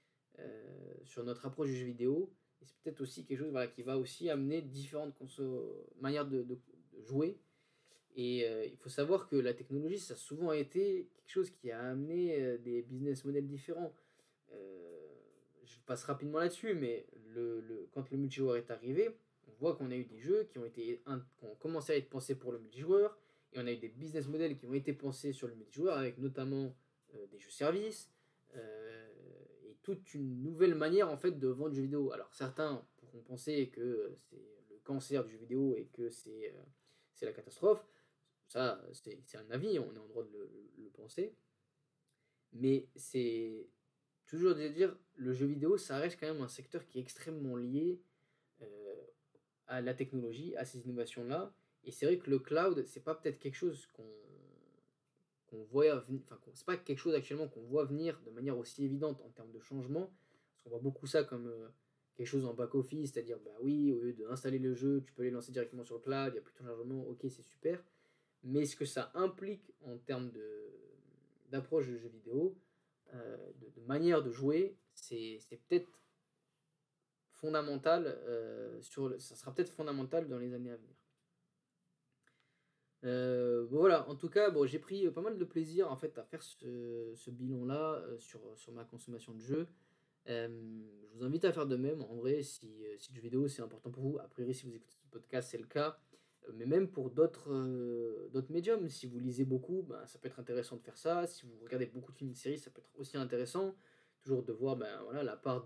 sur notre approche du jeu vidéo. Et c'est peut-être aussi quelque chose voilà, qui va aussi amener différentes manières de jouer. Et il faut savoir que la technologie, ça a souvent été quelque chose qui a amené des business models différents. Euh, je passe rapidement là-dessus, mais quand le multijoueur est arrivé, on voit qu'on a eu des jeux qui ont commencé à être pensés pour le multijoueur, et on a eu des business models qui ont été pensés sur le multijoueur, avec notamment des jeux services, et toute une nouvelle manière en fait de vendre du jeu vidéo. Alors certains pourront penser que c'est le cancer du jeu vidéo et que c'est la catastrophe. Ça, c'est un avis, on est en droit de le penser. Mais c'est toujours de dire, le jeu vidéo, ça reste quand même un secteur qui est extrêmement lié euh, à la technologie, à ces innovations-là. Et c'est vrai que le cloud, c'est pas peut-être quelque chose qu'on voit venir, enfin, c'est pas quelque chose actuellement qu'on voit venir de manière aussi évidente en termes de changement. Parce qu'on voit beaucoup ça comme quelque chose en back-office, c'est-à-dire, bah oui, au lieu d'installer le jeu, tu peux les lancer directement sur le cloud, il y a plus de chargement, ok, c'est super. Mais ce que ça implique en termes d'approche de jeu vidéo, de manière de jouer, c'est peut-être fondamental, ça sera peut-être fondamental dans les années à venir. Bon, voilà, en tout cas, bon, j'ai pris pas mal de plaisir en fait à faire ce bilan-là sur ma consommation de jeux. Je vous invite à faire de même, en vrai, si le jeu vidéo c'est important pour vous. A priori, si vous écoutez ce podcast, c'est le cas. Mais même pour d'autres médiums, si vous lisez beaucoup, ben, ça peut être intéressant de faire ça. Si vous regardez beaucoup de films et de séries, ça peut être aussi intéressant. Toujours de voir ben, voilà, la part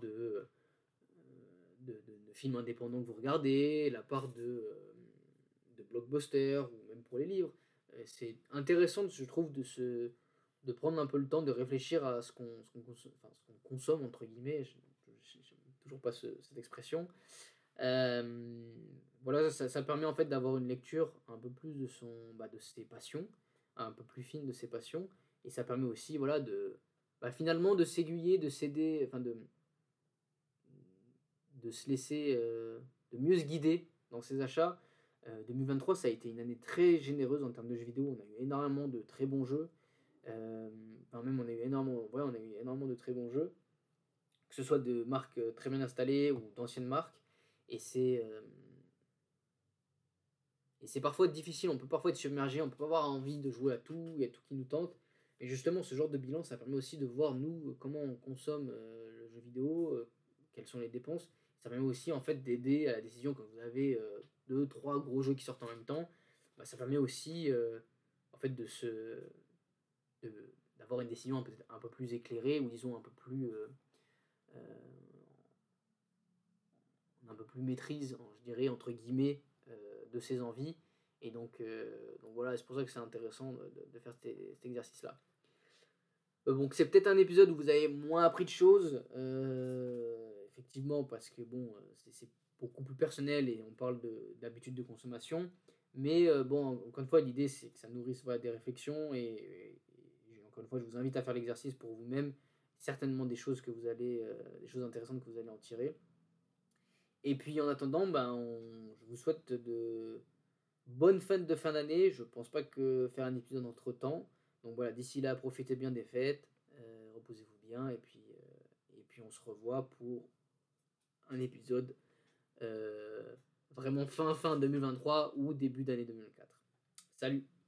de films indépendants que vous regardez, la part de blockbusters, ou même pour les livres. C'est intéressant, je trouve, de prendre un peu le temps de réfléchir à ce qu'on consomme, entre guillemets. J'aime toujours pas cette expression. Euh, voilà, ça permet en fait d'avoir une lecture un peu plus de ses passions, un peu plus fine de ses passions, et ça permet aussi voilà, finalement de s'aiguiller, de s'aider, enfin de se laisser, de mieux se guider dans ses achats. 2023, ça a été une année très généreuse en termes de jeux vidéo. On a eu énormément de très bons jeux. Même on a eu énormément de très bons jeux, que ce soit de marques très bien installées ou d'anciennes marques. Et c'est parfois difficile, on peut parfois être submergé, on peut pas avoir envie de jouer à tout, il y a tout qui nous tente. Mais justement, ce genre de bilan, ça permet aussi de voir, nous, comment on consomme le jeu vidéo, quelles sont les dépenses. Ça permet aussi, en fait, d'aider à la décision quand vous avez 2, 3 gros jeux qui sortent en même temps. Bah, ça permet aussi, en fait, de d'avoir une décision peut-être un peu plus éclairée ou disons euh, un peu plus maîtrise, je dirais, entre guillemets, de ses envies. Et donc voilà, c'est pour ça que c'est intéressant de faire cet exercice-là. Donc c'est peut-être un épisode où vous avez moins appris de choses, effectivement, parce que bon, c'est beaucoup plus personnel et on parle d'habitudes de consommation. Mais bon, encore une fois, l'idée c'est que ça nourrisse voilà, des réflexions et encore une fois, je vous invite à faire l'exercice pour vous-même. Certainement des choses des choses intéressantes que vous allez en tirer. Et puis en attendant, je vous souhaite de bonnes fêtes de fin d'année. Je pense pas que faire un épisode entre temps. Donc voilà, d'ici là, profitez bien des fêtes, reposez-vous bien, et puis on se revoit pour un épisode vraiment fin 2023 ou début d'année 2024. Salut!